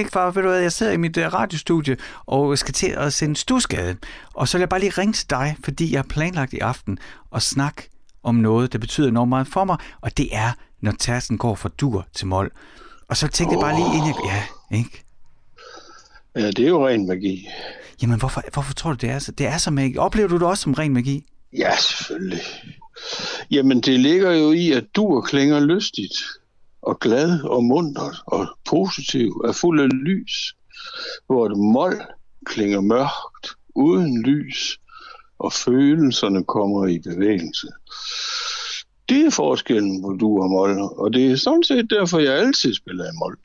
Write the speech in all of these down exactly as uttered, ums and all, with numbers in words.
ikke, far, ved du hvad, jeg sidder i mit uh, radiostudie og skal til at sende Studsgade. Og så vil jeg bare lige ringe til dig, fordi jeg har planlagt i aften at snakke om noget, der betyder enormt meget for mig, og det er, når tærsten går fra dur til mol. Og så tænkte oh. jeg bare lige ind, jeg... Ja, ikke? Ja, det er jo ren magi. Jamen, hvorfor, hvorfor tror du, det er så? Det er så magi. Oplever du det også som ren magi? Ja, selvfølgelig. Jamen, det ligger jo i, at dur klinger lystigt, og glad og muntert og positiv, er fuld af lys, hvor et mol klinger mørkt, uden lys, og følelserne kommer i bevægelse. Det er forskellen på dur og mol, og det er sådan set derfor, jeg altid spiller i mol.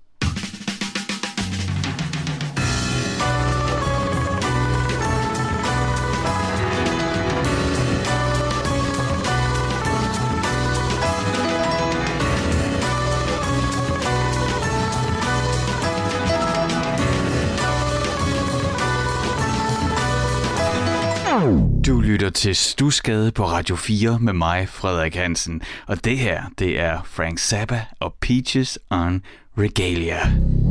Du lytter til Studsgade på Radio fire med mig, Frederik Hansen. Og det her, det er Frank Zappa og Peaches on Regalia.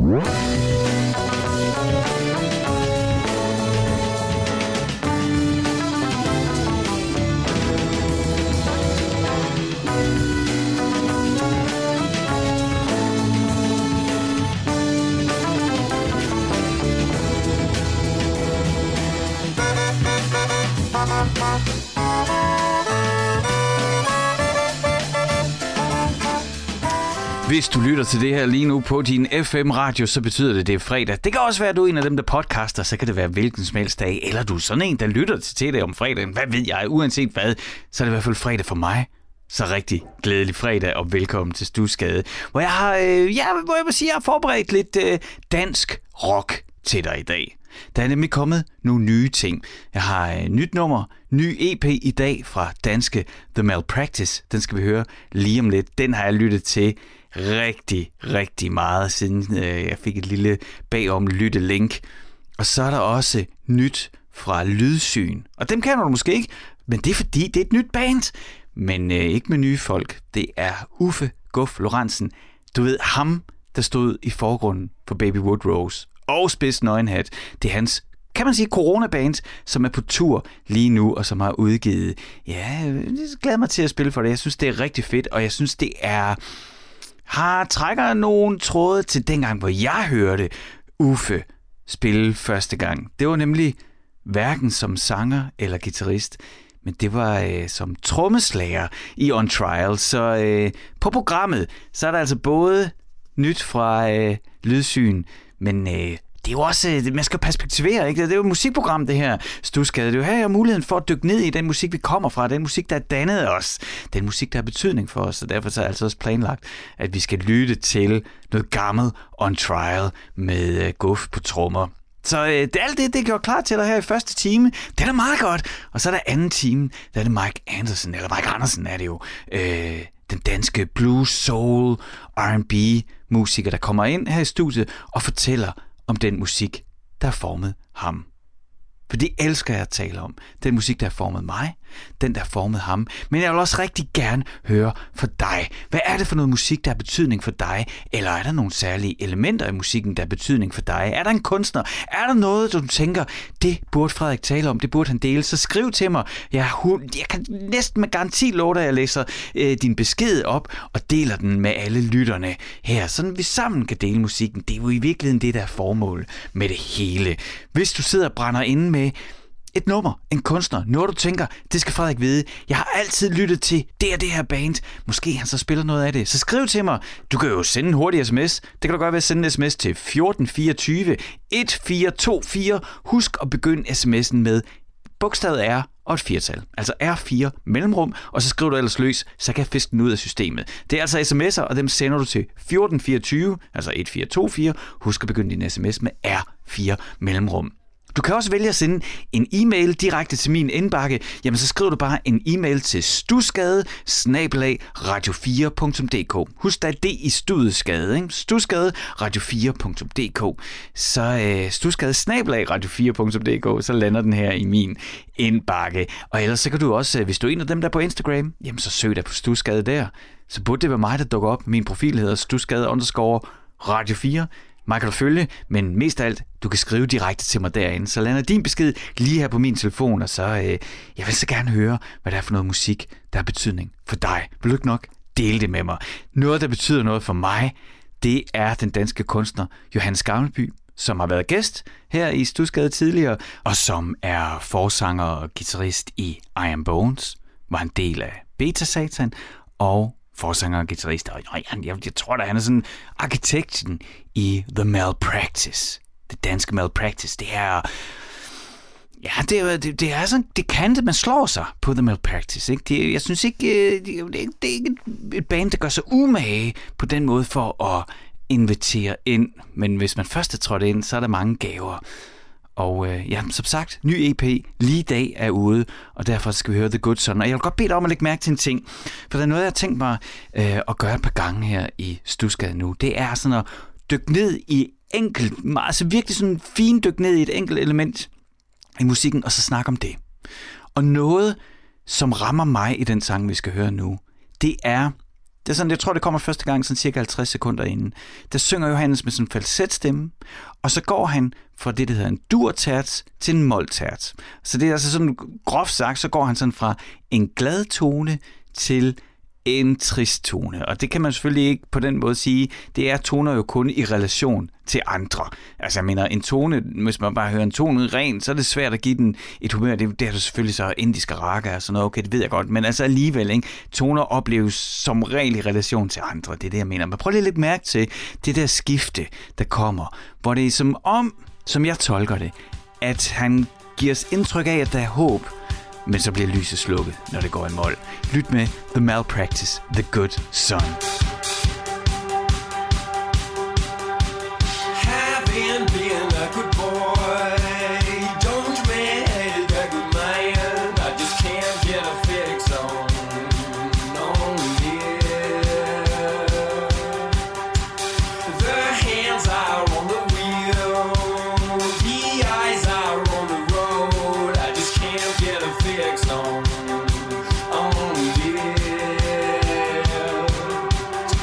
Hvis du lytter til det her lige nu på din F M-radio, så betyder det, det er fredag. Det kan også være, at du er en af dem, der podcaster, så kan det være hvilken som helst dag. Eller du er sådan en, der lytter til det om fredagen. Hvad ved jeg? Uanset hvad, så er det i hvert fald fredag for mig. Så rigtig glædelig fredag og velkommen til Studsgade, hvor jeg har, øh, ja, hvor jeg vil sige, jeg har forberedt lidt øh, dansk rock til dig i dag. Der er nemlig kommet nogle nye ting. Jeg har et nyt nummer, ny E P i dag fra danske The Malpractice. Den skal vi høre lige om lidt. Den har jeg lyttet til rigtig, rigtig meget, siden øh, jeg fik et lille bagom lyttelink. Og så er der også nyt fra Lydsyn. Og dem kender du måske ikke, men det er fordi, det er et nyt band. Men øh, ikke med nye folk. Det er Uffe Guf Lorentzen. Du ved, ham, der stod i forgrunden for Baby Woodrose og Spids Nøgenhat. Det er hans, kan man sige, coronaband, som er på tur lige nu, og som har udgivet. Ja, jeg glæder mig til at spille for det. Jeg synes, det er rigtig fedt, og jeg synes, det er... har trækker nogle tråde til dengang, hvor jeg hørte Uffe spille første gang. Det var nemlig hverken som sanger eller guitarist, men det var øh, som trommeslager i On Trial. Så øh, på programmet, så er der altså både nyt fra øh, Lydsyn, men øh, det er jo også, man skal perspektivere, ikke? Det er jo et musikprogram, det her Studsgade. Det er jo her, jeg har muligheden for at dykke ned i den musik, vi kommer fra, den musik, der er dannet os, den musik, der har betydning for os, og derfor så er det altså også planlagt, at vi skal lytte til noget gammelt On Trial med uh, Guf på trommer. Så øh, det, alt det, det gjorde klar til dig her i første time. Det er da meget godt. Og så er der anden time, der er det Mike Anderson, eller Mike Andersen er det jo, øh, den danske blues, soul, R and B musiker, der kommer ind her i studiet og fortæller om den musik, der har formet ham. For det elsker jeg at tale om. Den musik, der har formet mig, den, der har formet ham. Men jeg vil også rigtig gerne høre fra dig. Hvad er det for noget musik, der har betydning for dig? Eller er der nogle særlige elementer i musikken, der har betydning for dig? Er der en kunstner? Er der noget, du tænker, det burde Frederik tale om, det burde han dele? Så skriv til mig. Jeg, jeg kan næsten med garanti love dig, at jeg læser øh, din besked op og deler den med alle lytterne her, så vi sammen kan dele musikken. Det er jo i virkeligheden det, der er formål med det hele. Hvis du sidder og brænder inde med et nummer, en kunstner, noget du tænker, det skal Frederik vide. Jeg har altid lyttet til det og det her band. Måske han så spiller noget af det. Så skriv til mig. Du kan jo sende en hurtig sms. Det kan du gøre ved at sende en sms til fjorten fireogtyve et fire to fire. Husk at begynde sms'en med bogstavet R og et firtal. Altså R fire mellemrum, og så skriver du ellers løs, så kan jeg fiske den ud af systemet. Det er altså sms'er, og dem sender du til fjorten fireogtyve, altså et fire to fire. Husk at begynde din sms med R fire mellemrum. Du kan også vælge at sende en e-mail direkte til min indbakke. Jamen, så skriver du bare en e-mail til studsgade snabel-a radio fire punktum d k. Husk, der er det i Studsgade, ikke? Studsgade radio fire punktum d k. Så øh, studsgade snabel-a radio fire punktum d k, så lander den her i min indbakke. Og ellers så kan du også, hvis du er en af dem, der er på Instagram, jamen så søg dig på Studsgade der. Så burde det være mig, der dukker op. Min profil hedder studsgade underscore radio fire. Mig kan du følge, men mest af alt, du kan skrive direkte til mig derinde. Så lander din besked lige her på min telefon, og så øh, jeg vil så gerne høre, hvad det er for noget musik, der har betydning for dig. Vil du ikke nok dele det med mig? Noget, der betyder noget for mig, det er den danske kunstner Johannes Gammelby, som har været gæst her i Studsgade tidligere, og som er forsanger og guitarist i I Am Bones, var en del af Beta Satan, og forsanger og guitarist. Og jeg, jeg, jeg tror, at han er sådan arkitekten i The Malpractice. Det danske Malpractice. Det er... Ja, det er, det, det er sådan... Det kan det, man slår sig på The Malpractice. Ikke? Det, jeg synes ikke... Det, det, det er ikke et band, der gør sig umage på den måde for at invitere ind. Men hvis man først er trådt ind, så er der mange gaver. Og øh, ja, som sagt, ny E P lige i dag er ude, og derfor skal vi høre The Good Son. Og jeg vil godt bede dig om at lægge mærke til en ting, for der er noget, jeg har tænkt mig øh, at gøre et par gange her i Studsgade nu. Det er sådan at dykke ned i enkelt, altså virkelig sådan fint dykke ned i et enkelt element i musikken, og så snakke om det. Og noget, som rammer mig i den sang, vi skal høre nu, det er... Det er sådan, jeg tror, det kommer første gang, sådan cirka halvtreds sekunder inden. Der synger Johannes med sådan en falsetstemme, og så går han fra det, der hedder en dur-terts til en mol-terts. Så det er altså sådan groft sagt, så går han sådan fra en glad tone til en trist tone. Og det kan man selvfølgelig ikke på den måde sige. Det er toner jo kun i relation til andre. Altså jeg mener, en tone, hvis man bare hører en tone ud ren, så er det svært at give den et humør. Det, det er jo selvfølgelig så indiske raga og sådan noget. Okay, det ved jeg godt. Men altså alligevel, ikke? Toner opleves som regel i relation til andre. Det er det, jeg mener. Men prøv lige lidt mærke til det der skifte, der kommer. Hvor det er som om, som jeg tolker det, at han giver os indtryk af, at der er håb, men så bliver lyset slukket, når det går en mol. Lyt med The Malpractice, The Good Son. Having been a good boy, don't make a good man. I just can't get a fix on, on yeah. The hands are on the wheel, the eyes are on the road. I just can't get a fix on, on yeah.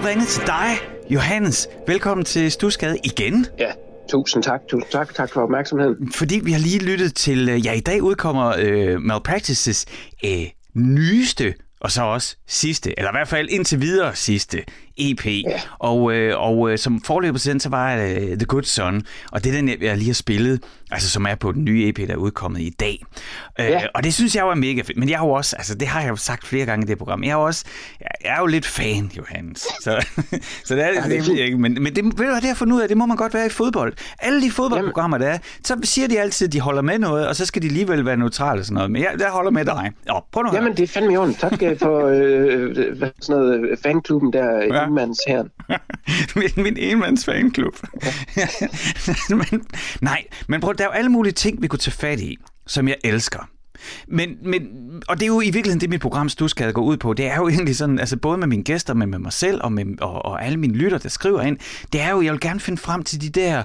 ringet til dig, Johannes. Velkommen til Studsgade igen. Ja, tusind tak. Tusind tak. Tak for opmærksomheden. Fordi vi har lige lyttet til, ja, i dag udkommer øh, Malpractices øh, nyeste, og så også sidste, eller i hvert fald indtil videre sidste E P. Ja. Og, øh, og øh, som forløber til den, så var øh, The Good Son, og det er den, jeg lige har spillet, altså som er på den nye E P, der er udkommet i dag. Ja. Øh, og det synes jeg jo er mega fedt, men jeg har jo også, altså det har jeg jo sagt flere gange i det program, jeg er jo også, jeg, jeg er jo lidt fan, Johannes. Så, så det er det, ja, det, det ikke, men, men det, ved du hvad, det har fundet ud af, det må man godt være i fodbold. Alle de fodboldprogrammer, der er, så siger de altid, at de holder med noget, og så skal de alligevel være neutrale og sådan noget, men jeg, jeg holder med dig. Åh, prøv nu. Jamen, det er fandme i orden. Tak for øh, sådan noget fanklubben der, ja. Enmands her. min, min enmands fanklub. Ja. men, nej, men prøv, der er jo alle mulige ting, vi kunne tage fat i, som jeg elsker. Men, men, og det er jo i virkeligheden det, mit program Studsgade går ud på. Det er jo egentlig sådan, altså både med mine gæster, men med mig selv og, med, og, og alle mine lytter, der skriver ind, det er jo, jeg vil gerne finde frem til de der,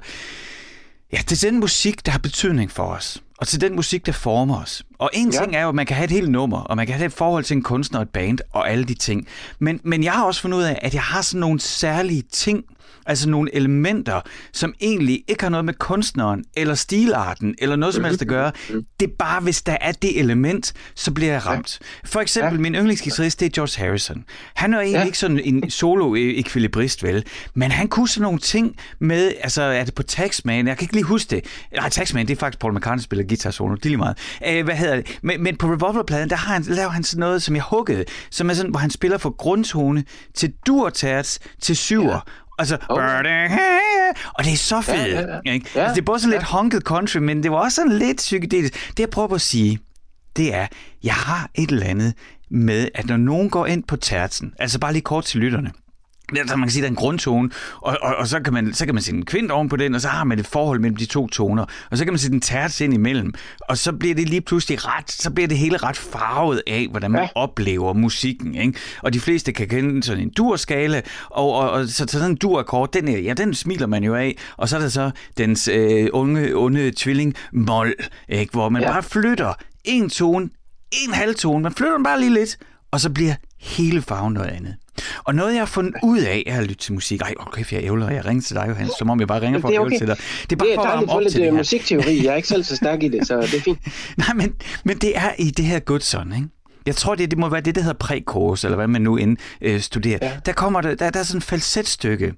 ja, til den musik, der har betydning for os. Og til den musik, der former os. Og en ja. ting er jo, at man kan have et helt nummer, og man kan have et forhold til en kunstner og et band, og alle de ting. Men, men jeg har også fundet ud af, at jeg har sådan nogle særlige ting, altså nogle elementer, som egentlig ikke har noget med kunstneren, eller stilarten, eller noget som helst at gøre. Det er bare, hvis der er det element, så bliver jeg ramt. For eksempel, ja. min yndlingsguitarist, det er George Harrison. Han er egentlig ja. ikke sådan en solo-ekvilibrist, vel? Men han kunne sådan nogle ting med, altså er det på Taxman? Jeg kan ikke lige huske det. Nej, Taxman, det er faktisk Paul McCartney, spiller guitar solo. Det er lige meget. Æh, hvad hedder det? Men, men på Revolver-pladen, der har han, laver han sådan noget, som jeg huggede, som er sådan, hvor han spiller fra grundtone til dur-terts til syver. Ja. Altså, okay. Og det er så fedt. Ja, ja, ja. Ikke? Ja, altså, det er både sådan ja. lidt honket country, men det var også sådan lidt psykedelisk. Det jeg prøver på at sige, det er, jeg har et eller andet med, at når nogen går ind på tertsen, altså bare lige kort til lytterne, så man kan sige, der er en grundtone, og, og, og så, kan man, så kan man sætte en kvint oven på den, og så har man et forhold mellem de to toner, og så kan man sætte en terts ind imellem, og så bliver det lige pludselig ret, så bliver det hele ret farvet af, hvordan man ja. oplever musikken, ikke? Og de fleste kan kende sådan en dur-skala, og, og, og så sådan en dur-akkord, den, ja, den smiler man jo af, og så er der så dens øh, unge, onde tvilling mol, ikke? Hvor man ja. bare flytter en tone, en halv tone, man flytter den bare lige lidt, og så bliver hele farven noget andet. Og noget, jeg har fundet ud af, er at lytte til musik. Ej, okay, jeg ævler, jeg ringer til dig, Johannes, som om jeg bare ringer for at okay. til dig. Det er bare det er for at varme op til det her. Musikteori, jeg er ikke selv så stærk i det, så det er fint. Nej, men, men det er i det her Good Son, ikke? Jeg tror, det, det må være det, der hedder prækors, eller hvad man nu end øh, studerer. Ja. Der kommer der, der, der er sådan et falsetstykke.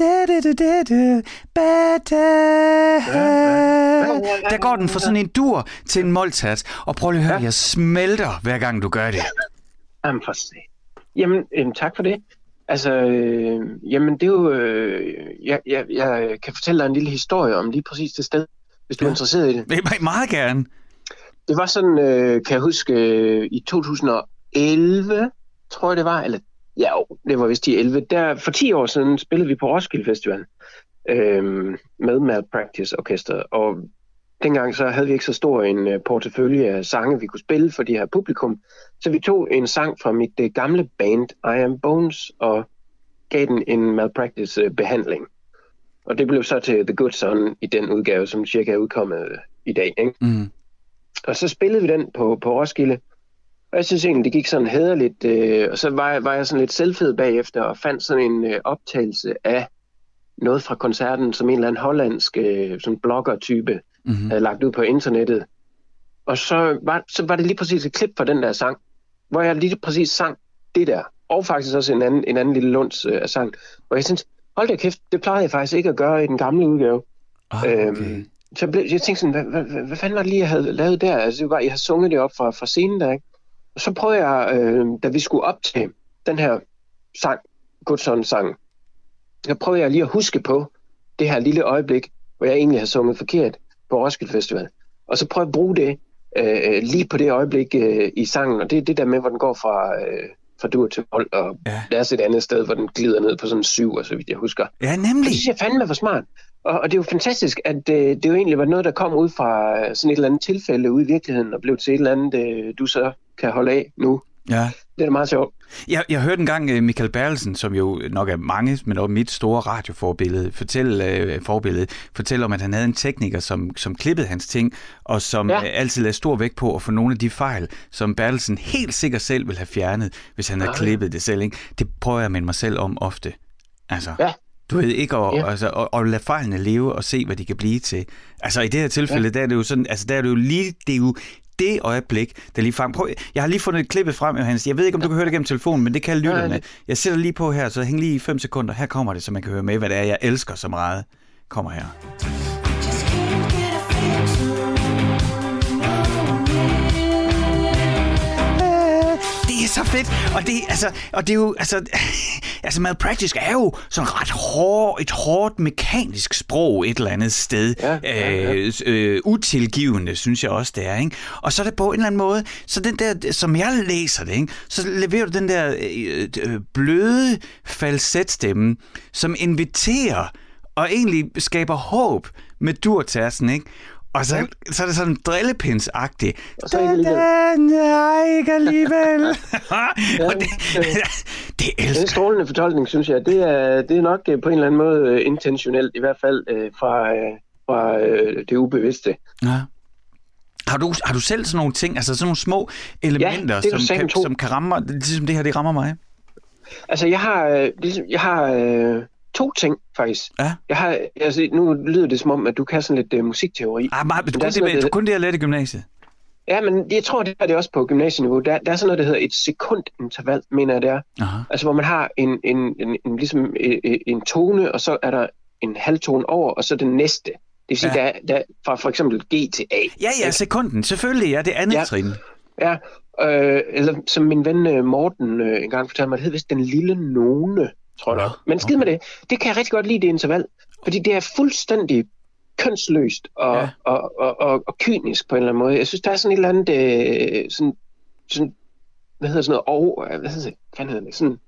Der går den fra sådan en dur til en moltert. Og prøv lige at høre, ja. jeg smelter, hver gang du gør det. Jamen, for se. Jamen, øh, tak for det. Altså, øh, jamen, det er jo... Øh, jeg, jeg, jeg kan fortælle dig en lille historie om lige præcis det sted, hvis du ja. er interesseret i det. Det er meget gerne. Det var sådan, øh, kan jeg huske, øh, i to tusind og elleve, tror jeg det var, eller ja, det var vist i elleve. Der, for ti år siden spillede vi på Roskilde Festival øh, med Malpractice Orkester, og dengang så havde vi ikke så stor en uh, portefølje af sange, vi kunne spille for de her publikum. Så vi tog en sang fra mit uh, gamle band, I Am Bones, og gav den en Malpractice-behandling. Uh, og det blev så til The Good Son i den udgave, som cirka er udkommet uh, i dag. Ikke? Mm. Og så spillede vi den på, på Roskilde. Og jeg synes egentlig, det gik sådan hæderligt. Uh, og så var jeg, var jeg sådan lidt selvfed bagefter, og fandt sådan en uh, optagelse af noget fra koncerten, som en eller anden hollandsk uh, sådan blogger-type, Mm-hmm. havde lagt ud på internettet. Og så var, så var det lige præcis et klip fra den der sang, hvor jeg lige præcis sang det der. Og faktisk også en anden, en anden lille lunds øh, sang. Og jeg synes, hold da kæft, det plejede jeg faktisk ikke at gøre i den gamle udgave. Oh, okay. øhm, så jeg, blev, jeg tænkte sådan, hvad, hvad, hvad, hvad fanden var det lige, jeg havde lavet der? Altså, det var, jeg havde sunget det op fra, fra scenen der, ikke? Og så prøvede jeg, øh, da vi skulle op til den her sang, Good Son-sang, så prøvede jeg lige at huske på det her lille øjeblik, hvor jeg egentlig havde sunget forkert på Roskilde Festival. Og så prøv at bruge det øh, lige på det øjeblik øh, i sangen, og det er det der med, hvor den går fra, øh, fra dur til hold, og ja. der er et andet sted, hvor den glider ned på sådan en syv, og så vidt jeg husker. Ja, nemlig. Og det synes jeg fandme var smart. Og, og det er jo fantastisk, at øh, det jo egentlig var noget, der kom ud fra sådan et eller andet tilfælde ude i virkeligheden, og blev til et eller andet, øh, du så kan holde af nu. Ja. Det er meget sjovt. Jeg, jeg hørte engang Michael Bertelsen, som jo nok er mange, men også mit store radioforbillede, fortælle, øh, forbillede, fortælle om, at han havde en tekniker, som, som klippede hans ting, og som ja. øh, altid lagde stor vægt på at få nogle af de fejl, som Bertelsen helt sikkert selv ville have fjernet, hvis han havde ja. klippet det selv. Ikke? Det prøver jeg at minde mig selv om ofte. Altså, Ja. du ved ikke at, Ja. altså, at, at lade fejlene leve og se, hvad de kan blive til. Altså i det her tilfælde, ja. der er det jo sådan, altså der er det jo lige, det er jo det øjeblik, der lige frem. Prøv, jeg har lige fundet et klippet frem, Johannes. Jeg ved ikke, om du kan høre det gennem telefonen, men det kan lytterne. Jeg sætter lige på her, så hæng lige i fem sekunder. Her kommer det, så man kan høre med, hvad det er, jeg elsker så meget. Kommer her. Det er så fedt, og det, altså, og det er jo, altså, altså Malpractice er jo sådan ret hård, et hårdt mekanisk sprog et eller andet sted. Ja, ja, ja. Øh, øh, utilgivende, synes jeg også, det er, ikke? Og så er det på en eller anden måde, så den der, som jeg læser det, ikke? Så leverer du den der øh, bløde falsetstemme, som inviterer og egentlig skaber håb med durtassen, ikke? Og så, ja. så er det sådan drillepins-agtigt. Og så ikke alligevel. Nej, ikke alligevel. Ja, og det, det elsker. Den strålende fortolkning, synes jeg, det er, det er nok på en eller anden måde intentionelt, i hvert fald fra, fra det ubevidste. Ja. Har du, har du selv sådan nogle ting, altså sådan nogle små elementer, ja, som, kan, som kan ramme mig, ligesom det her, det rammer mig? Altså, jeg har, jeg har øh, to ting, faktisk. Ja. Jeg har, altså, nu lyder det som om, at du kan sådan lidt uh, musikteori. Ah, men, du, kun det, noget, det, kun det, jeg lærte i gymnasiet. Ja, men jeg tror, det er det også på gymnasieniveau. Der, der er sådan noget, der hedder et sekundinterval, mener jeg det er. Aha. Altså, hvor man har en, en, en, en, ligesom en, en tone, og så er der en halvtone over, og så den næste. Det vil sige, ja. der, der fra for eksempel G til A. Ja, ja, sekunden. Selvfølgelig, ja, det andet ja. trin. Ja, øh, eller som min ven Morten øh, engang fortalte mig, det hed vist den lille none, tror jeg. Ja. Men skid med det. Det kan jeg rigtig godt lide, det interval. Fordi det er fuldstændig kønsløst og, ja. og, og, og, og kynisk på en eller anden måde. Jeg synes, der er sådan et eller andet, øh, sådan, sådan, hvad hedder sådan noget, og, hvad hedder det, hvad hedder det, sådan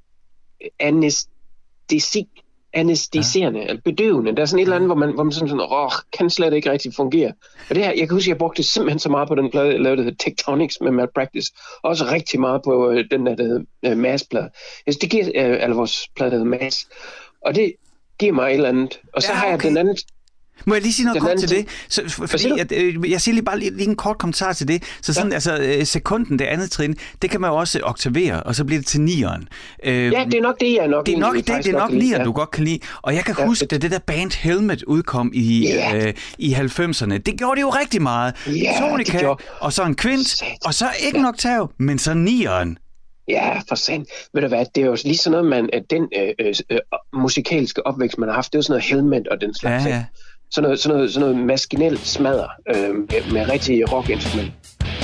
anæstesi, anæstiserende, ja. eller bedøvende. Der er sådan et eller andet, hvor man, hvor man sådan, sådan åh, kan slet ikke rigtig fungere. Og det her, jeg kan huske, at jeg brugte simpelthen så meget på den plade, jeg lavede, der hedder Tectonics med Malpractice. Også rigtig meget på øh, den der, der hedder uh, Mass-plade. Altså, det giver, øh, eller vores plade, der hedder Mass. Og det giver mig et eller andet. Og så ja, okay. har jeg den anden... Må jeg lige sige noget kort til det? Så, for, fordi, at, øh, jeg siger lige bare lige, lige en kort kommentar til det. Så sådan, ja. altså, øh, sekunden, det andet trin, det kan man jo også oktavere, og så bliver det til nieren. Øh, ja, det er nok det, jeg nok Det er nok, det, det er nok nieren, ja. du godt kan lide. Og jeg kan ja. huske, at det der band Helmet udkom i, yeah. øh, i halvfemserne. Det gjorde det jo rigtig meget. Ja, Tonika, og så en kvint, og så ikke ja. en oktav, men så nieren. Ja, for sandt. Ved du hvad, det er jo lige sådan noget, man, at den øh, øh, musikalske opvækst, man har haft, det er jo sådan noget Helmet og den slags. Ja, ja. Sådan noget, sådan noget, sådan noget maskinelt smadder øh, med, med rigtig rockinstrument.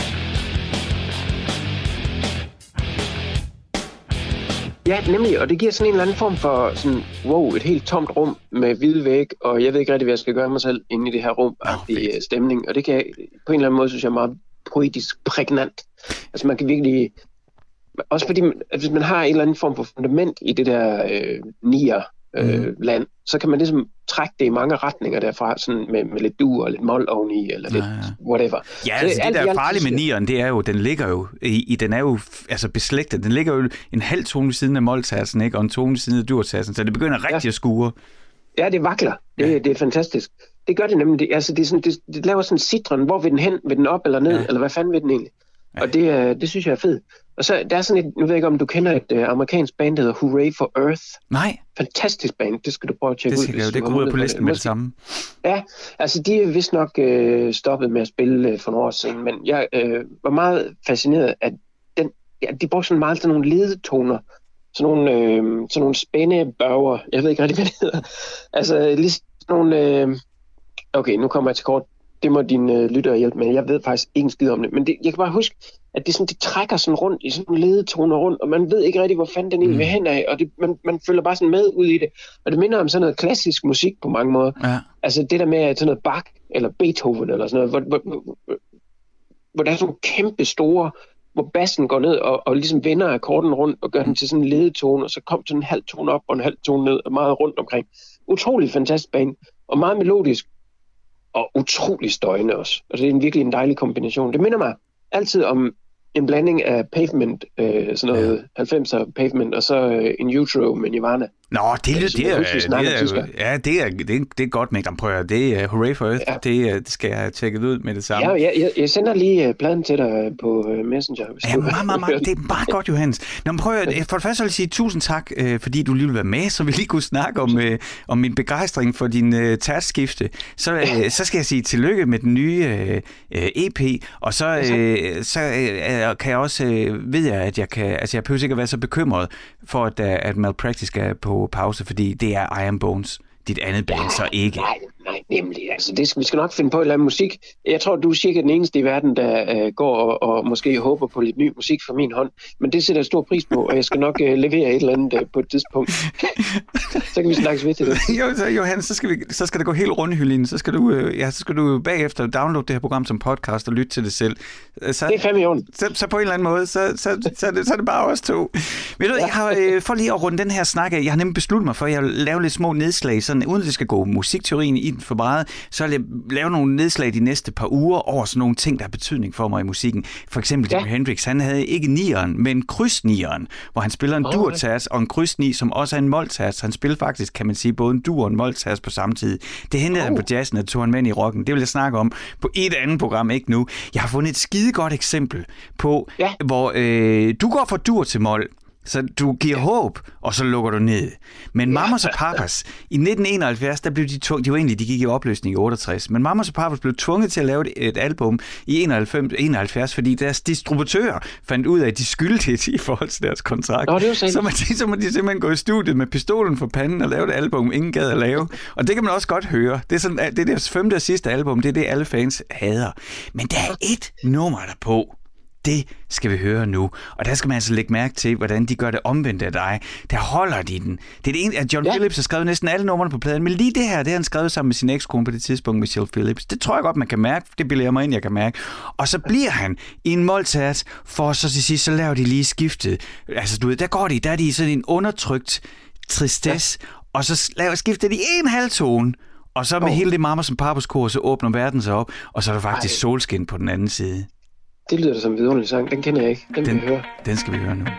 Ja, nemlig, og det giver sådan en eller anden form for sådan, wow, et helt tomt rum med hvide væg, og jeg ved ikke rigtig, hvad jeg skal gøre mig selv inde i det her rum, agtig oh, stemning, og det kan på en eller anden måde, synes jeg, er meget poetisk prægnant. Altså man kan virkelig, også fordi, hvis man har en eller anden form for fundament i det der øh, nier, Øh, mm. land, så kan man ligesom trække det i mange retninger derfra, sådan med, med lidt dur og lidt mol oveni, eller lidt ja, ja. whatever. Ja, altså det, det der er farligt med nieren, det er jo, den ligger jo, i, i den er jo altså beslægtet, den ligger jo en halv tone ved siden af moltassen, ikke, og en tone ved siden af durtassen, så det begynder rigtig ja. at skure. Ja, det vakler. Det, ja. det er fantastisk. Det gør det nemlig. Det, altså, det, er sådan, det, det laver sådan en citron, hvor vil den hen? Vil den op eller ned? Ja. Eller hvad fanden vil den egentlig? Ja. Og det, det synes jeg er fedt. Og så der er sådan et, nu ved jeg ikke, om du kender et uh, amerikansk band, der hedder Hooray for Earth. Nej. Fantastisk band, det skal du prøve at tjekke det ud. Det, det går ud på listen med det samme. Ja, altså de er vist nok uh, stoppet med at spille uh, for nogle år siden, men jeg uh, var meget fascineret af den, ja, de brugte sådan meget sådan nogle ledetoner, sådan nogle, øh, sådan nogle spændebørger, jeg ved ikke rigtig, hvad det hedder. Altså lige sådan nogle, øh, okay, nu kommer jeg til kort. Det må dine øh, lyttere hjælpe med. Jeg ved faktisk ikke en skid om det. Men det, jeg kan bare huske, at det, sådan, det trækker sådan rundt i sådan nogle ledetoner rundt, og man ved ikke rigtig, hvor fanden den egentlig vil hen af, og det, man, man følger bare sådan med ud i det. Og det minder om sådan noget klassisk musik på mange måder. Ja. Altså det der med sådan noget Bach, eller Beethoven, eller sådan noget, hvor, hvor, hvor, hvor der er sådan nogle kæmpe store, hvor bassen går ned og, og ligesom vender akkorden rundt, og gør den til sådan en ledetone, og så kom sådan en halv tone op og en halv tone ned, og meget rundt omkring. Utrolig fantastisk bane, og meget melodisk. Og utrolig støjende også. Og det er en virkelig en dejlig kombination. Det minder mig altid om en blanding af Pavement, øh, sådan noget ja. halvfemser Pavement, og så øh, en Utero med Nirvana. Nå, det, Ja, det, som det, jeg er, husker, vi det, snakker er, tysker. ja, det er, det, er, det er godt, Mikkel. Prøv at, det er Hooray for Earth. Ja. Det, det skal jeg have tjekket ud med det samme. Ja, jeg, jeg, jeg sender lige uh, pladen til dig på uh, Messenger. Hvis Ja, du meget, meget, meget. Det er bare godt, Johannes. Nå, men prøv at, for det første vil jeg sige tusind tak, øh, fordi du lige vil være med, så vi lige kunne snakke om, øh, om min begejstring for din øh, tærskifte. Så, øh, så skal jeg sige tillykke med den nye øh, E P, og så, øh, så øh, kan jeg også, øh, ved jeg, at jeg kan, altså jeg behøver ikke at være så bekymret for, at, at Malpractice skal på pause, fordi det er Iron Bones, dit andet band, så ikke. Nej, nej, nemlig. Altså, det skal, vi skal nok finde på at lave musik. Jeg tror, du er cirka den eneste i verden, der uh, går og, og måske håber på lidt ny musik fra min hånd. Men det sætter jeg stor pris på, og jeg skal nok uh, levere et eller andet uh, på et tidspunkt. Så kan vi snakkes ved til det. Jo, så, Johannes, så skal, vi, så skal det gå helt rundt i hylden. Så skal du, øh, ja, så skal du bagefter downloade det her program som podcast og lytte til det selv. Så, Det er fandme i orden. så, så på en eller anden måde, så, så, så, er, det, så er det bare os to. Ved du, jeg har, øh, for lige at runde den her snak af, jeg har nemlig besluttet mig for, at jeg vil lave lidt små nedslag, sådan, uden at det skal gå musikteorien i den for meget, så vil jeg lave nogle nedslag de næste par uger over sådan nogle ting, der har betydning for mig i musikken. For eksempel Jimi Ja. Hendrix, han havde ikke nieren, men krydsnieren, hvor han spiller en Oh, dur-taz og en krydsni, som også er en mol-taz. Han spiller faktisk, kan man sige, både en dur og en mol-taz på samme tid. Det hentede han Oh. på jazzen, og tog han med i rocken. Det vil jeg snakke om på et andet program, ikke nu. Jeg har fundet et skidegodt eksempel på, Ja. hvor øh, du går fra dur til mol, så du giver ja. håb, og så lukker du ned. Men Mamas og Papas, i nitten enoghalvfjerds, der blev de tvunget, de var egentlig, de gik i opløsning i otteogtres, men Mamas og Papas blev tvunget til at lave et, et album i enoghalvfems, enoghalvfjerds, fordi deres distributør fandt ud af, at de skyldte det i forhold til deres kontrakt. Nå, det var sandt. så, må de, så må de simpelthen gå i studiet med pistolen for panden og lave et album, ingen gad at lave. Og det kan man også godt høre. Det er, sådan, det er deres femte og sidste album, det er det, alle fans hader. Men der er et nummer der på. Det skal vi høre nu. Og der skal man altså lægge mærke til, hvordan de gør det omvendt af dig. Der holder de den. Det er det ene, at John ja. Phillips har skrevet næsten alle numrene på pladen, men lige det her, det har han skrevet sammen med sin ekskone på det tidspunkt, Michelle Phillips. Det tror jeg godt, man kan mærke. Det bilder jeg mig ind, jeg kan mærke. Og så bliver han i en moltert, for så til sidst, så laver de lige skiftet. Altså, du ved, der går de, der er de i sådan en undertrykt tristesse, ja. Og så laver, skifter de en halv tone, og så med oh. hele det Mamas og Papas kor, så åbner verden sig op, og så er der faktisk Ej. solskin på den anden side. Det lyder da som en vidunderlig sang. Den kender jeg ikke. Den, Den, vil jeg høre. den skal vi høre nu.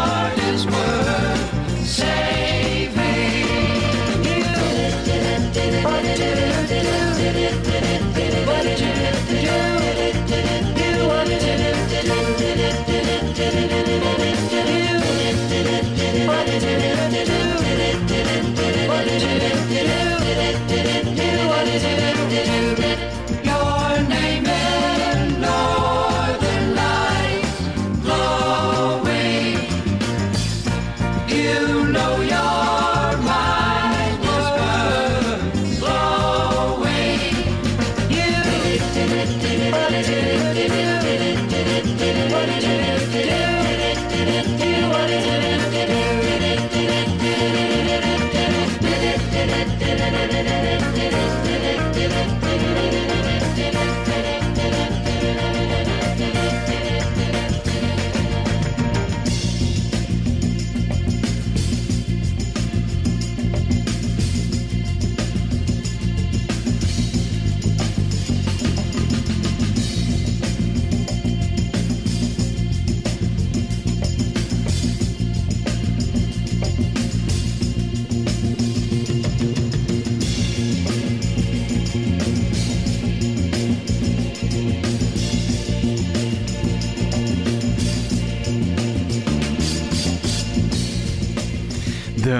Saving you.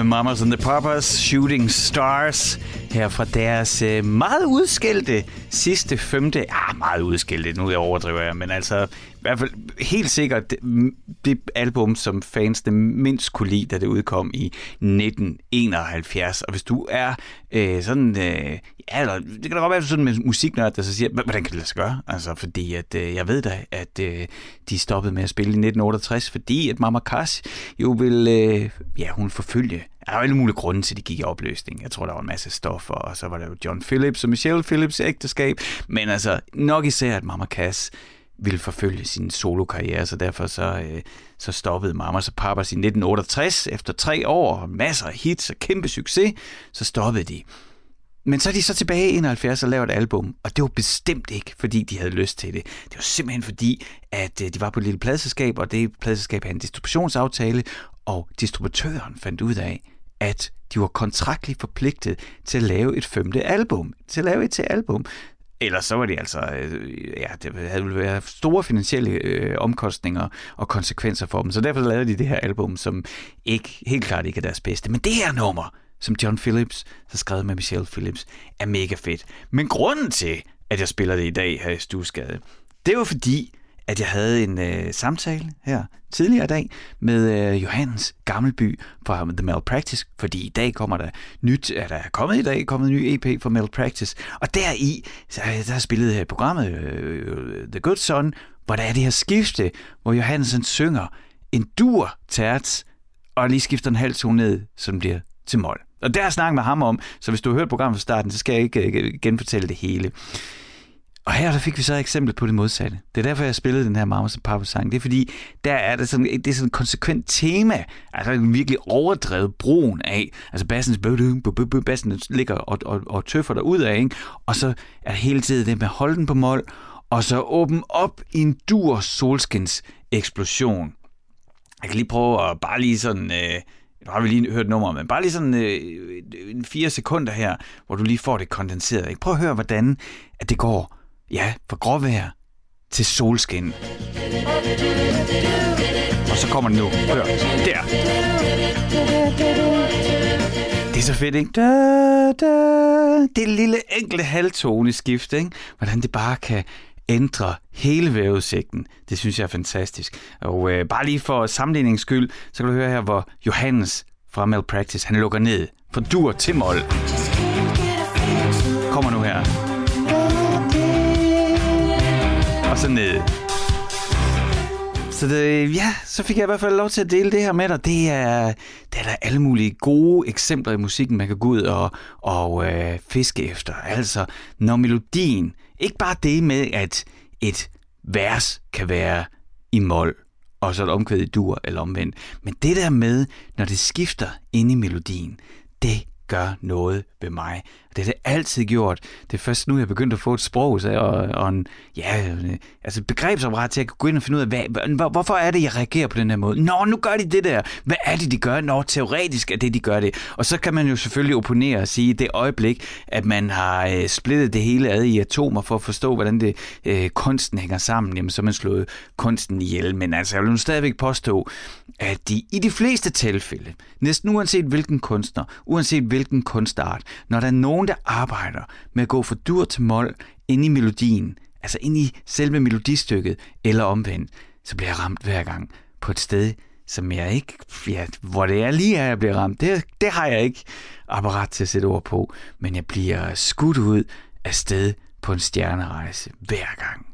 med Mamas and the Papas, Shooting Stars, her fra deres øh, meget udskældte sidste femte, ah, meget udskældte, nu jeg overdriver jeg, men altså i hvert fald helt sikkert det, det album, som fansene mindst kunne lide, da det udkom i nitten enoghalvfjerds. Og hvis du er øh, sådan, øh, ja, eller, det kan da godt være sådan med musiknørd, der så siger, hvordan kan det lade sig gøre? Altså, fordi at, øh, jeg ved da, at øh, de stoppede med at spille i nitten otteogtres, fordi at Mama Cass jo vil, øh, ja, hun forfølge. Der er jo alle mulige grunde til, at de gik i opløsning. Jeg tror, der var en masse stoffer, og så var der jo John Phillips og Michelle Phillips ægteskab. Men altså, nok især, at Mama Cass ville forfølge sin solokarriere, så derfor så, øh, så stoppede Mamas og Papas i nitten otteogtres. Efter tre år og masser af hits og kæmpe succes, så stoppede de. Men så er de så tilbage i enoghalvfjerds og lavede et album, og det var bestemt ikke, fordi de havde lyst til det. Det var simpelthen fordi, at de var på et lille pladeselskab, og det pladeselskab havde en distributionsaftale, og distributøren fandt ud af, at de var kontraktligt forpligtet til at lave et femte album, til at lave et til album. Ellers så var det altså, ja, det havde været store finansielle øh, omkostninger og konsekvenser for dem, så derfor lavede de det her album, som ikke, helt klart ikke er deres bedste. Men det her nummer, som John Phillips har skrevet med Michelle Phillips, er mega fedt. Men grunden til, at jeg spiller det i dag her i Studsgade, det var fordi, at jeg havde en øh, samtale her tidligere i dag med øh, Johannes Gammelby fra The Malpractice, fordi i dag kommer der nyt, er der kommet i dag, kommet en ny E P fra Malpractice, og deri, så der har spillet her programmet øh, The Good Son, hvor der er det her skifte, hvor Johannes synger en dur terts, og lige skifter en halv tone ned, så den bliver til mol. Og der har jeg snakket med ham om, så hvis du har hørt programmet fra starten, så skal jeg ikke genfortælle det hele. Og her der fik vi så et eksempel på det modsatte. Det er derfor, jeg spillede den her Mamas og Papas sang. Det er fordi, der er der sådan, det er sådan et konsekvent tema. Altså en virkelig overdrevet brugen af. Altså bassen, bassen ligger og, og, og tøffer der ud af, ikke? Og så er det hele tiden det med at holde den på mol, og så åbne op i en dur solskins eksplosion. Jeg kan lige prøve at bare lige sådan... Øh, nu har vi lige hørt nummer, men bare lige sådan øh, fire sekunder her, hvor du lige får det kondenseret. Ikke? Prøv at høre, hvordan at det går. Ja, fra gråvejr til solskin. Og så kommer den nu. Hør. Der. Det er så fedt, ikke? Da, da. Det er lille enkelte halvtoneskift, ikke? Hvordan det bare kan ændre hele vejrudsigten. Det synes jeg er fantastisk. Og øh, bare lige for sammenligningens skyld, så kan du høre her, hvor Johannes fra Malpractice, han lukker ned fra dur til mol. Kommer nu her. Og så ned. Så det, ja, så fik jeg i hvert fald lov til at dele det her med dig. Det er, det er der alle mulige gode eksempler i musikken, man kan gå ud og, og øh, fiske efter. Altså, når melodien, ikke bare det med, at et vers kan være i mol, og så et omkvæd i dur eller omvendt, men det der med, når det skifter ind i melodien, det gør noget ved mig. Det har det altid gjort. Det er først nu, jeg er begyndt at få et sprog så, og, og en ja, altså begrebsapparat til at gå ind og finde ud af, hvad, hvorfor er det, jeg reagerer på den her måde? Nå, nu gør de det der. Hvad er det, de gør? Nå, teoretisk er det, de gør det. Og så kan man jo selvfølgelig opponere og sige, det øjeblik, at man har øh, splittet det hele ad i atomer for at forstå, hvordan det øh, kunsten hænger sammen, jamen så er man slået kunsten ihjel. Men altså, jeg vil nu stadigvæk påstå, at de i de fleste tilfælde, næsten uanset hvilken kunstner, uanset hvilken kunstart, når der er nogen, der arbejder med at gå fra dur til mol ind i melodien, altså ind i selve melodistykket, eller omvendt, så bliver jeg ramt hver gang på et sted, som jeg ikke, ja, hvor det er lige er, jeg bliver ramt. Det, det har jeg ikke apparat til at sætte ord på, men jeg bliver skudt ud af sted på en stjernerejse hver gang.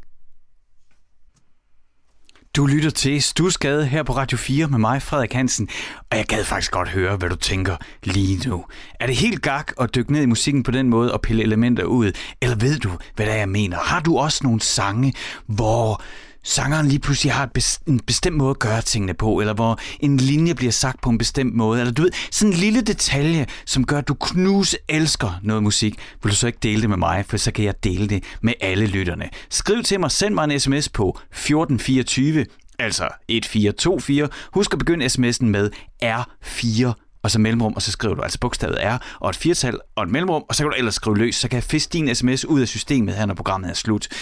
Du lytter til Studsgade her på Radio fire med mig, Frederik Hansen, og jeg gad faktisk godt høre, hvad du tænker lige nu. Er det helt gak at dykke ned i musikken på den måde og pille elementer ud, eller ved du, hvad det er, jeg mener? Har du også nogle sange, hvor sangeren lige pludselig har et best- en bestemt måde at gøre tingene på, eller hvor en linje bliver sagt på en bestemt måde, eller du ved, sådan en lille detalje, som gør, at du knus elsker noget musik, vil du så ikke dele det med mig, for så kan jeg dele det med alle lytterne. Skriv til mig, send mig en sms på fjorten fireogtyve, altså et fire to fire. Husk at begynde sms'en med R fire, og så mellemrum, og så skriver du altså bogstavet R, og et firtal og et mellemrum, og så kan du ellers skrive løs, så kan jeg fiske din sms ud af systemet her, når programmet er slut.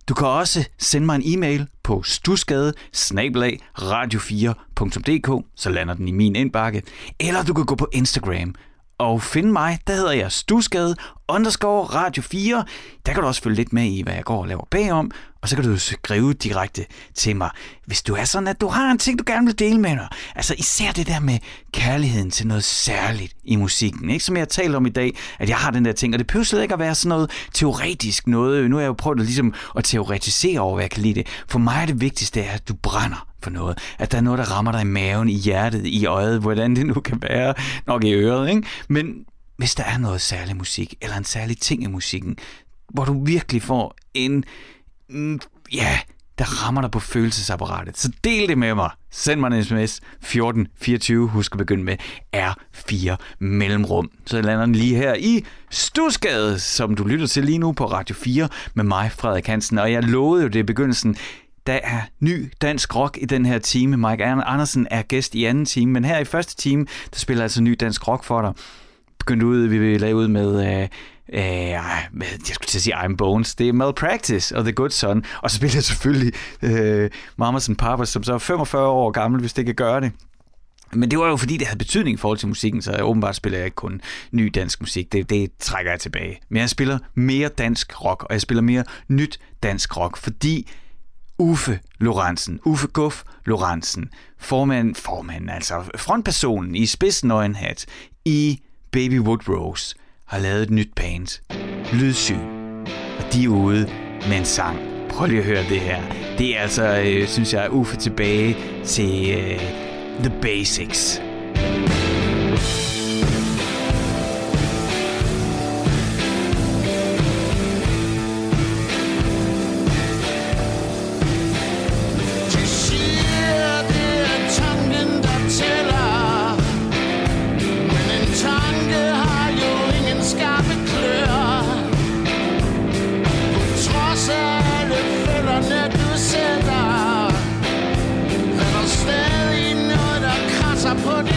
Du kan også sende mig en e-mail på stusgade snabel-a radio fire punktum d k, så lander den i min indbakke. Eller du kan gå på Instagram og finde mig. Der hedder jeg stusgade underscore radio fire. Der kan du også følge lidt med i, hvad jeg går og laver bagom. Og så kan du skrive direkte til mig, hvis du er sådan, at du har en ting, du gerne vil dele med dig. Altså især det der med kærligheden til noget særligt i musikken. Ikke? Som jeg har talt om i dag, at jeg har den der ting. Og det behøver slet ikke at være sådan noget teoretisk noget. Nu har jeg jo prøvet at, ligesom, at teoretisere over, hvad jeg kan lide det. For mig er det vigtigste, at du brænder for noget. At der er noget, der rammer dig i maven, i hjertet, i øjet, hvordan det nu kan være. Nok i øret, ikke? Men hvis der er noget særlig musik, eller en særlig ting i musikken, hvor du virkelig får en... Mm, ja, der rammer dig på følelsesapparatet. Så del det med mig. Send mig en sms fjorten fireogtyve. Husk at begynde med R fire mellemrum. Så lander den lige her i Stusgade, som du lytter til lige nu på Radio fire med mig, Frederik Hansen. Og jeg lovede jo det i begyndelsen. Der er ny dansk rock i den her time. Mike Andersen er gæst i anden time, men her i første time, der spiller altså ny dansk rock for dig. Begyndte ud, vi vil lave ud med... Øh, Uh, jeg skulle til at sige I'm Bones. Det er Malpractice og The Good Son. Og så spiller jeg selvfølgelig uh, Mamas and Papas, som så er femogfyrre år gammel, hvis det kan gøre det. Men det var jo fordi, det havde betydning i forhold til musikken, så jeg åbenbart spiller jeg ikke kun ny dansk musik. Det, det trækker jeg tilbage. Men jeg spiller mere dansk rock, og jeg spiller mere nyt dansk rock, fordi Uffe Lorentzen, Uffe Guff Lorentzen, formand, formand, altså frontpersonen i Spidsen-øjenhat i Baby Wood Rose, har lavet et nyt band, Lydsyn, og de er ude med en sang. Prøv lige at høre det her. Det er altså, øh, synes jeg, Uffe tilbage til øh, The Basics. Put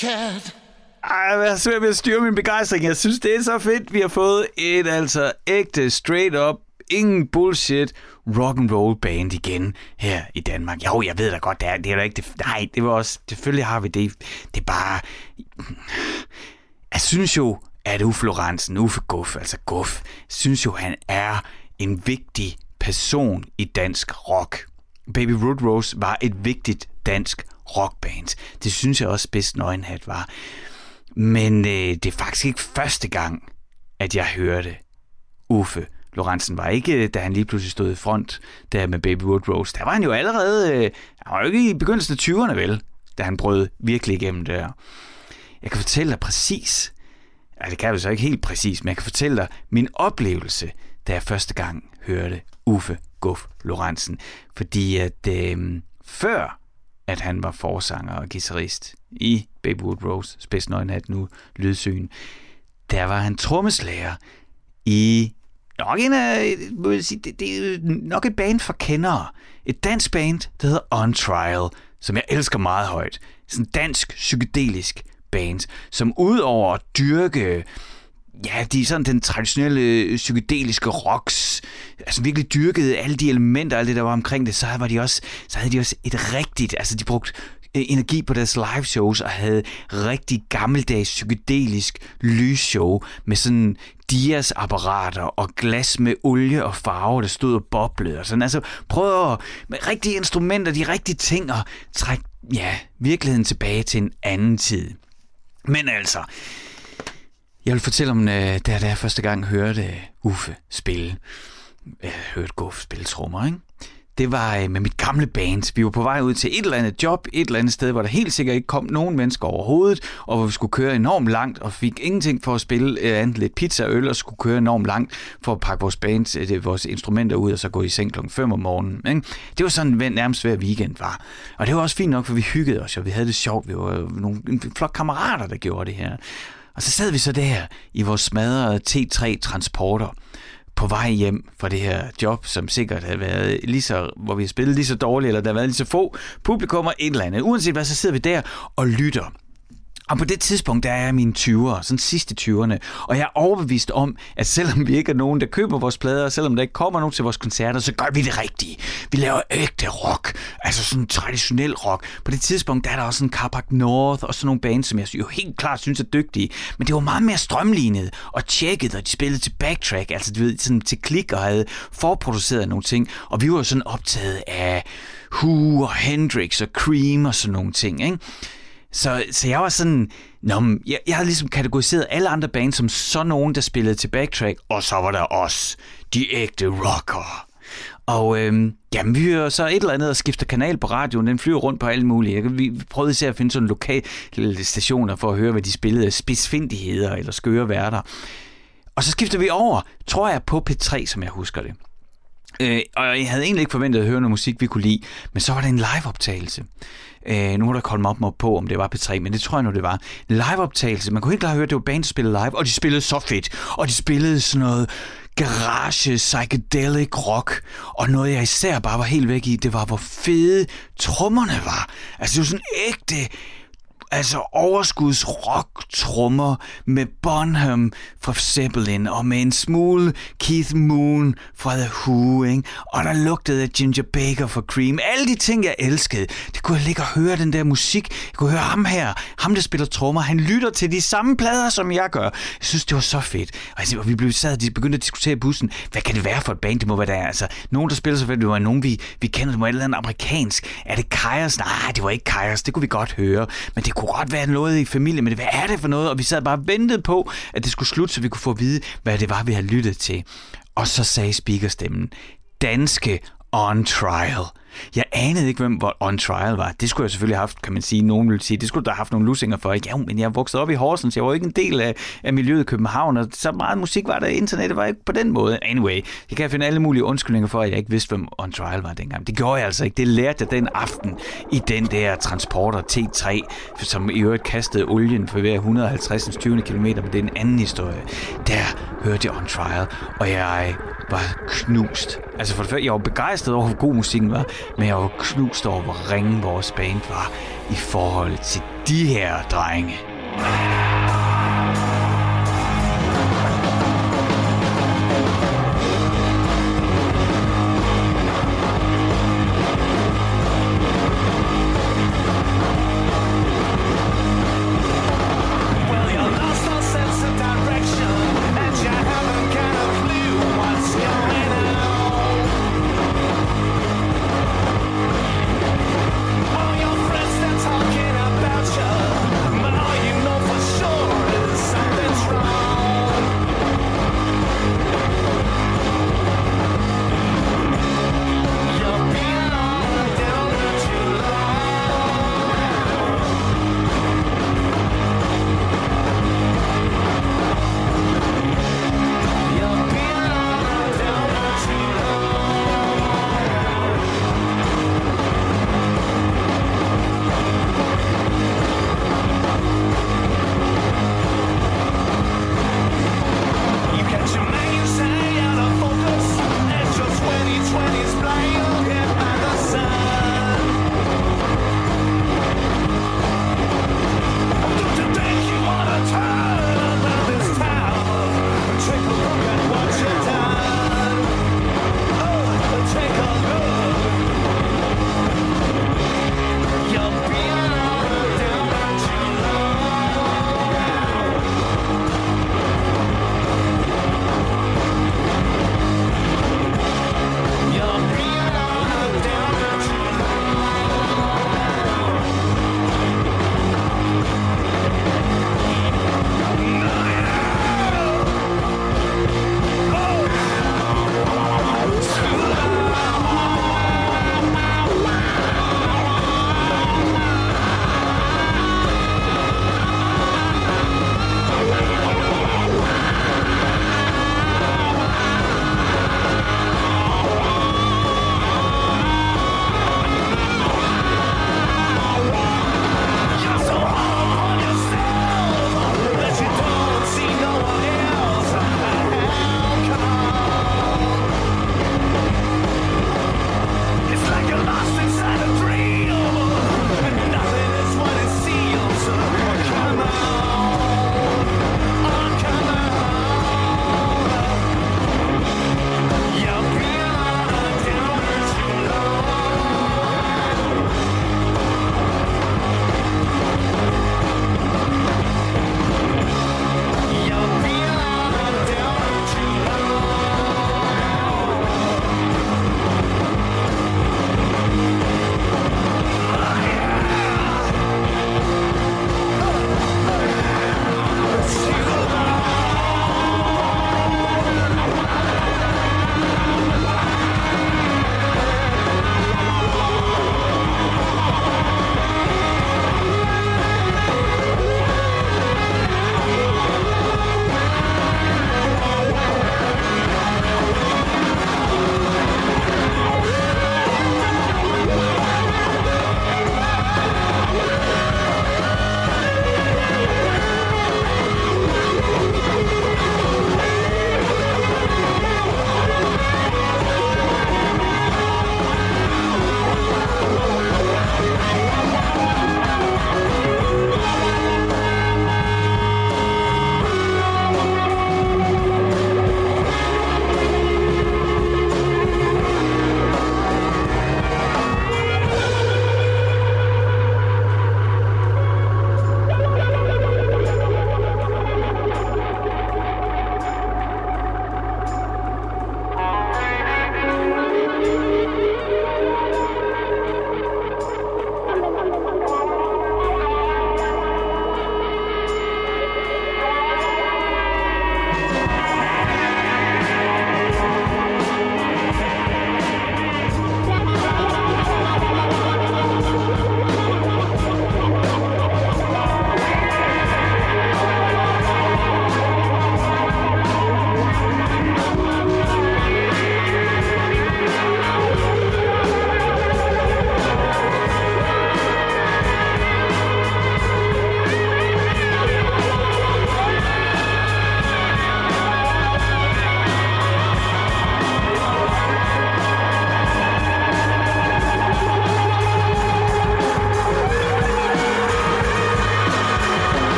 cat. Ej, jeg er svært ved at styre min begejstring. Jeg synes, det er så fedt, vi har fået et altså ægte, straight up, ingen bullshit rock and roll band igen her i Danmark. Jo, jeg ved da godt, det er, det er da ikke det. Nej, det var også, selvfølgelig har vi det. Det er bare, jeg synes jo, at Uffe Lorentzen, Uffe Guf, altså Guf, synes jo, han er en vigtig person i dansk rock. Baby Ruth Rose var et vigtigt dansk rockband. Det synes jeg også bedst Nøgenhat var. Men øh, det er faktisk ikke første gang, at jeg hørte Uffe Lorentzen. Var ikke, da han lige pludselig stod i front der med Baby Ruth Rose. Der var han jo allerede, øh, han var jo ikke i begyndelsen af tyverne vel, da han brød virkelig igennem der. Jeg kan fortælle dig præcis, ja, det kan jeg så ikke helt præcis, men jeg kan fortælle dig min oplevelse, da jeg første gang hørte Uffe Guf Lorentzen. Fordi at øh, før at han var forsanger og guitarist i Baby Ruth Rose, Spids Nøgenhat, nu Lydsyn, der var han trommeslager i nok en af, det, det er nok et band for kendere. Et dansk band, der hedder On Trial, som jeg elsker meget højt. Sådan en dansk psykedelisk band, som udover at dyrke, ja, de er sådan den traditionelle psykedeliske rocks, altså virkelig dyrkede alle de elementer, alt det der var omkring det, så var de også, så havde de også et rigtigt, altså de brugte energi på deres live shows og havde rigtig gammeldags psykedelisk lysshow med sådan dias-apparater og glas med olie og farve, der stod og boblede og sådan. Altså prøv at med rigtige instrumenter, de rigtige ting og trække, ja, virkeligheden tilbage til en anden tid. Men altså, jeg vil fortælle om, da jeg første gang hørte Uffe spille, jeg hørte Guf spille trommer, ikke? Det var med mit gamle band. Vi var på vej ud til et eller andet job, et eller andet sted, hvor der helt sikkert ikke kom nogen mennesker overhovedet, og hvor vi skulle køre enormt langt, og fik ingenting for at spille andet lidt pizza og øl, og skulle køre enormt langt for at pakke vores band, vores instrumenter ud, og så gå i seng klokken fem om morgenen. Ikke? Det var sådan nærmest hver weekend var. Og det var også fint nok, for vi hyggede os, og vi havde det sjovt. Vi var nogle en flok kammerater, der gjorde det her. Og så sad vi så der i vores smadrede T tre Transporter, på vej hjem fra det her job, som sikkert havde været lige så, hvor vi spillede lige så dårligt, eller der havde været lige så få publikummer, et eller andet. Uanset hvad, så sidder vi der og lytter. Og på det tidspunkt, der er jeg i mine tyvere, sådan sidste tyverne, og jeg er overbevist om, at selvom vi ikke er nogen, der køber vores plader, og selvom der ikke kommer nogen til vores koncerter, så gør vi det rigtige. Vi laver ægte rock, altså sådan traditionel rock. På det tidspunkt, der er der også sådan Carpac North, og sådan nogle bands, som jeg jo helt klart synes er dygtige, men det var meget mere strømlignet og tjekket, og de spillede til backtrack, altså du ved, sådan til klik, og havde forproduceret nogle ting, og vi var jo sådan optaget af Who og Hendrix og Cream og sådan nogle ting, ikke? Så, så jeg var sådan, nå, jeg, jeg havde ligesom kategoriseret alle andre bands som så nogen, der spillede til backtrack, og så var der os, de ægte rockere. Og øhm, jamen, vi hører så et eller andet og skifter kanal på radioen, den flyver rundt på alle mulige. Vi prøvede især at finde sådan lokale stationer for at høre, hvad de spillede af spidsfindigheder eller skøre værter. Og så skifter vi over, tror jeg, på P tre, som jeg husker det. Øh, og jeg havde egentlig ikke forventet at høre noget musik, vi kunne lide, men så var det en liveoptagelse. Øh, nu må der kolde mig op mig på, om det var P tre, men det tror jeg nu, det var. En liveoptagelse. Man kunne helt klart høre, at det var band, der spillede live, og de spillede så fedt. Og de spillede sådan noget garage, psychedelic rock. Og noget, jeg især bare var helt væk i, det var, hvor fede trommerne var. Altså, det var sådan ægte, altså overskudsrock-trommer med Bonham fra Zeppelin og med en smule Keith Moon fra The Who, ikke? Og der lugtede af Ginger Baker fra Cream. Alle de ting, jeg elskede. Det kunne jeg ligge og høre den der musik. Jeg kunne høre ham her, ham der spiller trommer. Han lytter til de samme plader, som jeg gør. Jeg synes, det var så fedt. Og vi blev sad, de begyndte at diskutere i bussen. Hvad kan det være for et band? Det må være der. Altså, nogen, der spiller så fedt. Det var nogen, vi, vi kender. Det må være et eller andet amerikansk. Er det Kajers? Nej, det var ikke Kajers. Det kunne vi godt høre. Men det kunne godt være noget i familie, men hvad er det for noget? Og vi sad bare og ventede på, at det skulle slutte, så vi kunne få at vide, hvad det var, vi havde lyttet til. Og så sagde speakerstemmen, danske On Trial. Jeg anede ikke, hvem On Trial var. Det skulle jeg selvfølgelig have haft, kan man sige. Nogen ville sige, det skulle der have haft nogle lusinger for. Ja, men jeg voksede op i Horsens. Jeg var ikke en del af, af miljøet i København, og så meget musik var der. Internettet var ikke på den måde. Anyway, jeg kan finde alle mulige undskyldninger for, at jeg ikke vidste, hvem On Trial var dengang. Det gjorde jeg altså ikke. Det lærte jeg den aften i den der Transporter T tre, som i øvrigt kastede olien for hver et hundrede og halvtreds tyve kilometer, men det er en anden historie. Der hørte jeg On Trial, og jeg var knust. Altså for det første, jeg var begejstret over, hvor god musikken var, med at være knust over, hvor ringe vores band var i forhold til de her drenge. All your friends, they're talking about you. But all you know for sure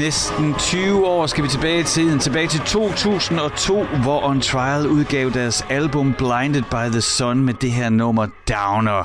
Næsten tyve år skal vi tilbage i tiden. Tilbage til to tusind og to, hvor On Trial udgav deres album Blinded by the Sun med det her nummer Downer.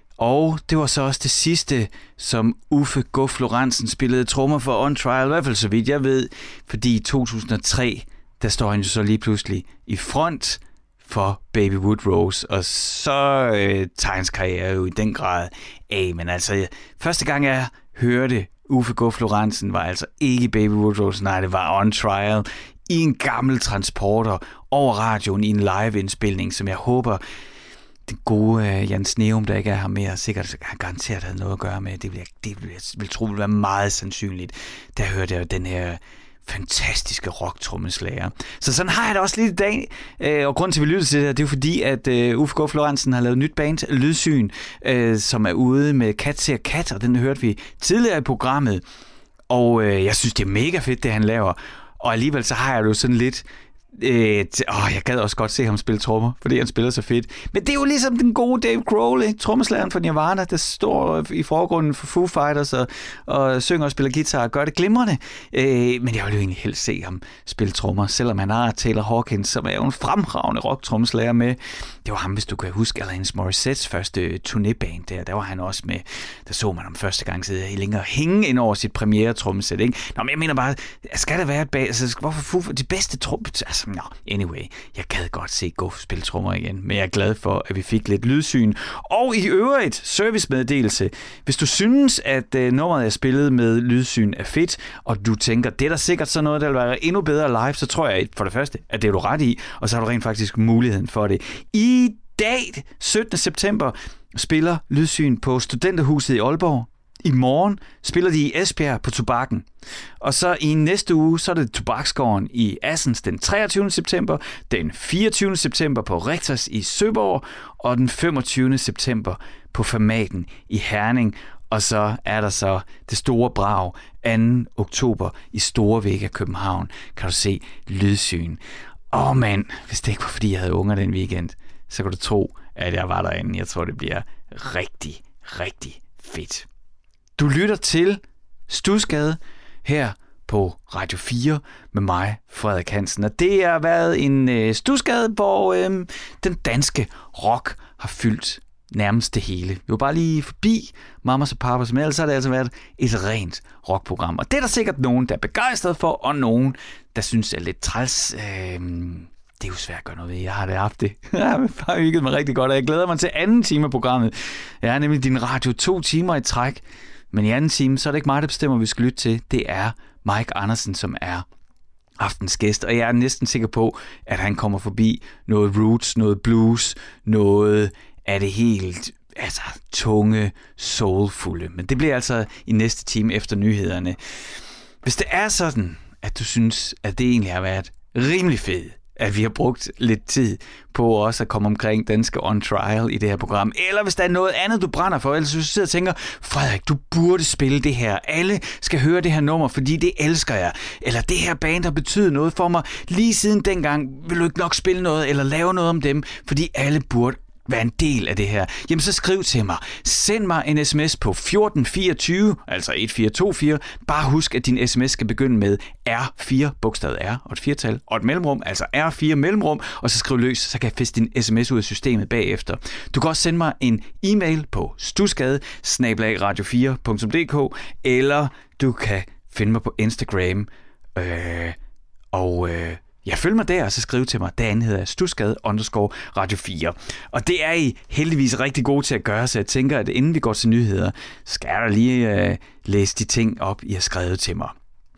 Og det var så også det sidste, som Uffe Guf Lorentzen spillede trommer for On Trial, i hvert fald så vidt jeg ved, fordi i to tusind og tre, der står han jo så lige pludselig i front for Baby Woodrose, og så øh, tager hans karriere jo i den grad af. Men altså, første gang jeg hørte Uffe Guf Lorentzen, var altså ikke Baby Woodrose, nej, det var On Trial i en gammel transporter over radioen i en live-indspilning, som jeg håber, den gode uh, Jan Sneum, der ikke er her mere, sikkert har garanteret havde noget at gøre med. Det vil jeg, det vil jeg vil tro vil være meget sandsynligt. Der hørte jeg den her fantastiske rocktrommeslager. Så sådan har jeg det også lidt i dag. Øh, og grunden til, at vi lytter til det her, det er jo fordi, at øh, Uffe Guf Lorentzen har lavet et nyt band, Lydsyn, øh, som er ude med Kat ser Kat, og den hørte vi tidligere i programmet. Og øh, jeg synes, det er mega fedt, det han laver. Og alligevel så har jeg det jo sådan lidt... Øh, t- åh, jeg gad også godt se ham spille trommer, fordi han spiller så fedt. Men det er jo ligesom den gode Dave Grohl, trommeslageren fra Nirvana, der står i forgrunden for Foo Fighters og, og synger og spiller guitar og gør det glimrende. Øh, men jeg vil jo egentlig helst se ham spille trommer, selvom han har Taylor Hawkins, som er jo en fremragende rock-trommeslager med. Det var ham, hvis du kan huske, Alanis Morissettes første turnéband der, der var han også med. Der så man ham første gang sidde i længere hænge ind over sit premiere-trommesæt, ikke? Nå, men jeg mener bare, skal der være et bag... Altså, hvorfor Foo de bedste trommer... Altså, no, anyway, jeg gad godt se Guf spille trommer igen, men jeg er glad for, at vi fik lidt lydsyn. Og i øvrigt, servicemeddelelse. Hvis du synes, at uh, nummeret, jeg spillede med lydsyn er fedt, og du tænker, det er da sikkert sådan noget, der vil være endnu bedre live, så tror jeg for det første, at det er du ret i, og så har du rent faktisk muligheden for det. I dag, syttende september, spiller Lydsyn på Studenterhuset i Aalborg. I morgen spiller de i Esbjerg på Tobakken. Og så i næste uge, så er det Tobaksgården i Assens den treogtyvende september, den fireogtyvende september på Rektors i Søborg, og den femogtyvende september på Formaten i Herning. Og så er der så det store brag anden oktober i Store Vega, København. Kan du se Lydsyn. Åh oh, mand, hvis det ikke var fordi, jeg havde unger den weekend, så kan du tro, at jeg var derinde. Jeg tror, det bliver rigtig, rigtig fedt. Du lytter til Studsgade her på Radio fire med mig, Frederik Hansen. Og det har været en øh, Studsgade, hvor øh, den danske rock har fyldt nærmest det hele. Vi var bare lige forbi Mamas og Papas, men ellers har det altså været et rent rockprogram. Og det er der sikkert nogen, der er begejstret for, og nogen, der synes er lidt træls. Øh, det er jo svært at gøre noget ved. Jeg har det haft det. Jeg har hygget mig rigtig godt, og jeg glæder mig til anden time af programmet. Jeg er nemlig din radio to timer i træk. Men i anden time, så er det ikke mig, der bestemmer, vi skal lytte til. Det er Mike Andersen, som er aftens gæst. Og jeg er næsten sikker på, at han kommer forbi noget roots, noget blues, noget af det helt altså, tunge, soulfulde. Men det bliver altså i næste time efter nyhederne. Hvis det er sådan, at du synes, at det egentlig har været rimelig fedt, at vi har brugt lidt tid på også at komme omkring danske On Trial i det her program. Eller hvis der er noget andet, du brænder for, eller hvis du sidder og tænker, Frederik, du burde spille det her. Alle skal høre det her nummer, fordi det elsker jeg. Eller det her band har betydet noget for mig. Lige siden dengang vil du ikke nok spille noget, eller lave noget om dem, fordi alle burde være en del af det her. Jamen så skriv til mig. Send mig en sms på fjorten fireogtyve, altså et fire to fire. Bare husk, at din sms skal begynde med R fire, bogstavet R, og et firtal, og et mellemrum, altså R fire mellemrum, og så skriv løs, så kan jeg fiske din sms ud af systemet bagefter. Du kan også sende mig en e-mail på studsgade snabel-a radio fire punktum d k, eller du kan finde mig på Instagram, øh, og øh, ja, følg mig der, og så skriv til mig. Derinde hedder Studsgade underscore Radio fire. Og det er I heldigvis rigtig gode til at gøre, så jeg tænker, at inden vi går til nyheder, skal jeg da lige øh, læse de ting op, I har skrevet til mig.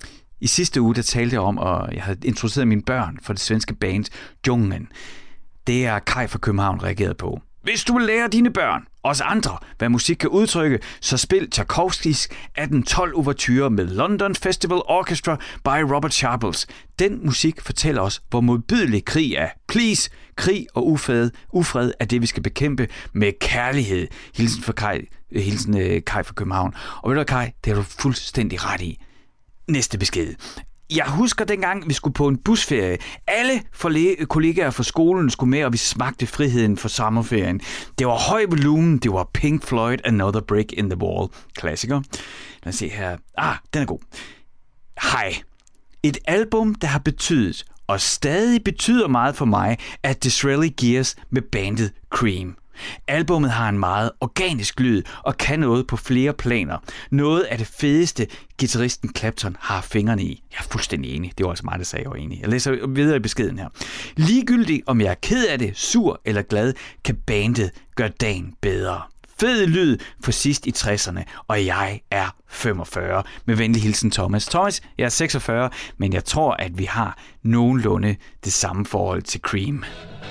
I sidste uge, der talte jeg om, og jeg havde introduceret mine børn for det svenske band Djungen. Det er Kai fra København reageret på. Hvis du vil lære dine børn, os andre, hvad musik kan udtrykke, så spil Tchaikovskis atten tolv ouverture med London Festival Orchestra by Robert Sharples. Den musik fortæller os, hvor modbydelig krig er. Please, krig og ufred, ufred er det, vi skal bekæmpe med kærlighed. Hilsen fra Kai, hilsen uh, Kai fra København. Og ved du Kai, det har du fuldstændig ret i. Næste besked. Jeg husker dengang, vi skulle på en busferie. Alle kollegaer fra skolen skulle med, og vi smagte friheden for sommerferien. Det var høj volumen, det var Pink Floyd, Another Brick in the Wall. Klassiker. Lad os se her. Ah, den er god. Hej. Et album, der har betydet og stadig betyder meget for mig, er Disraeli Gears med bandet Cream. Albummet har en meget organisk lyd og kan noget på flere planer. Noget af det fedeste, guitaristen Clapton har fingrene i. Jeg er fuldstændig enig. Det var altså mig, der sagde, jeg var enig. Jeg læser videre i beskeden her. Ligegyldigt om jeg er ked af det, sur eller glad, kan bandet gøre dagen bedre. Fed lyd for sidst i tresserne, og jeg er femogfyrre. Med venlig hilsen Thomas. Thomas, jeg er seksogfyrre, men jeg tror, at vi har nogenlunde det samme forhold til Cream.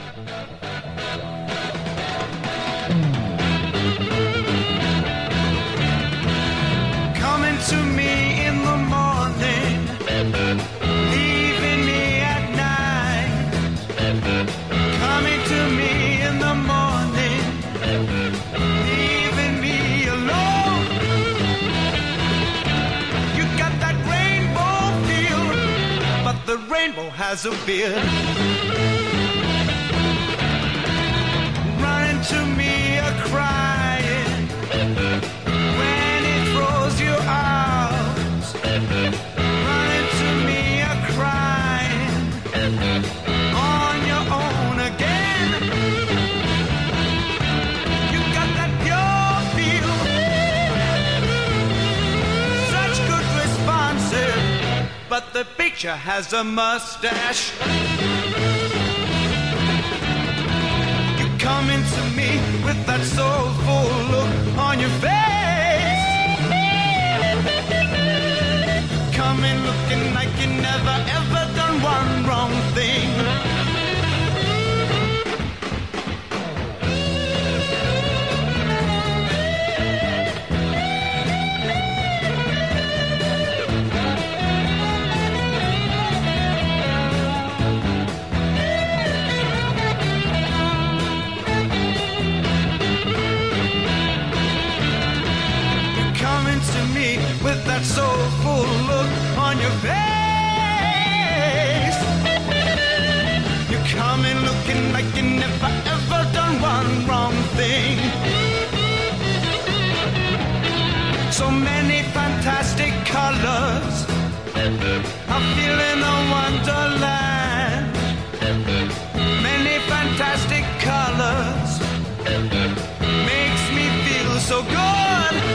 Coming to me in the morning, leaving me at night. Coming to me in the morning, leaving me alone. You got that rainbow feel, but the rainbow has a beard. Running to me a crying when it throws you out. Running to me a crying on your own again. You got that pure feel, such good responses, but the picture has a mustache. Coming to me with that soulful look on your face. Coming looking like you never ever done one wrong thing. With that soulful look on your face, you're coming looking like you never ever done one wrong thing. So many fantastic colors, I'm feeling a wonderland. Many fantastic colors makes me feel so good.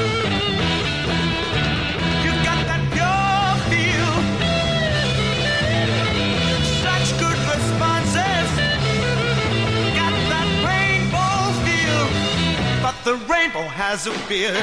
The rainbow has a beard.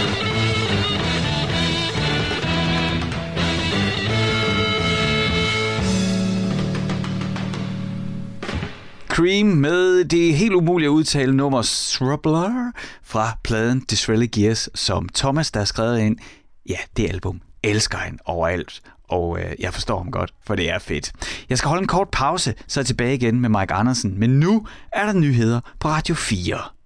Cream med det helt umulige at udtale nummer Shrubler fra pladen Disraeli Gears, som Thomas, der har skrevet ind. Ja, det album elsker han overalt, og øh, jeg forstår ham godt, for det er fedt. Jeg skal holde en kort pause, så er jeg tilbage igen med Mike Andersen, men nu er der nyheder på Radio fire.